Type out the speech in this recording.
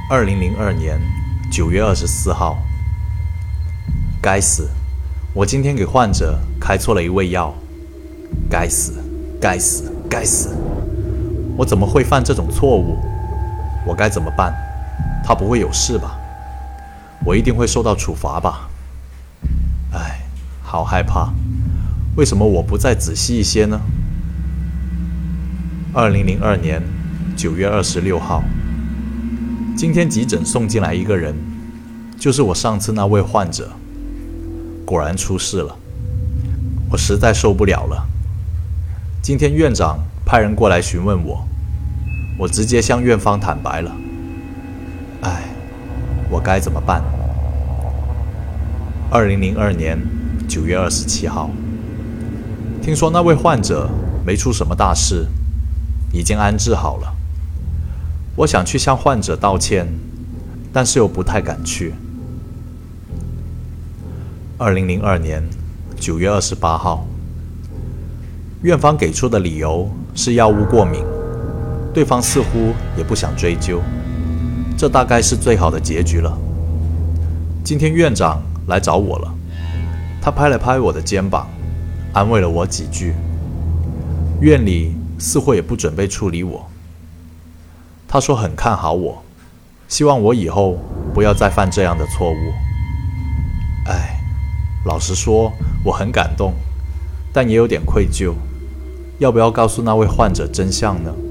2002年9月24号。该死，我今天给患者开错了一味药。该死，该死，该死！我怎么会犯这种错误？我该怎么办？他不会有事吧？我一定会受到处罚吧？唉，好害怕。为什么我不再仔细一些呢？2002年9月26号。今天急诊送进来一个人，就是我上次那位患者。果然出事了，我实在受不了了。今天院长派人过来询问我，我直接向院方坦白了。唉，我该怎么办？2002年9月27号。听说那位患者没出什么大事，已经安置好了。我想去向患者道歉，但是又不太敢去。2002年9月28号，院方给出的理由是药物过敏，对方似乎也不想追究，这大概是最好的结局了。今天院长来找我了，他拍了拍我的肩膀，安慰了我几句。院里似乎也不准备处理我，他说很看好我，希望我以后不要再犯这样的错误。唉，老实说，我很感动，但也有点愧疚。要不要告诉那位患者真相呢？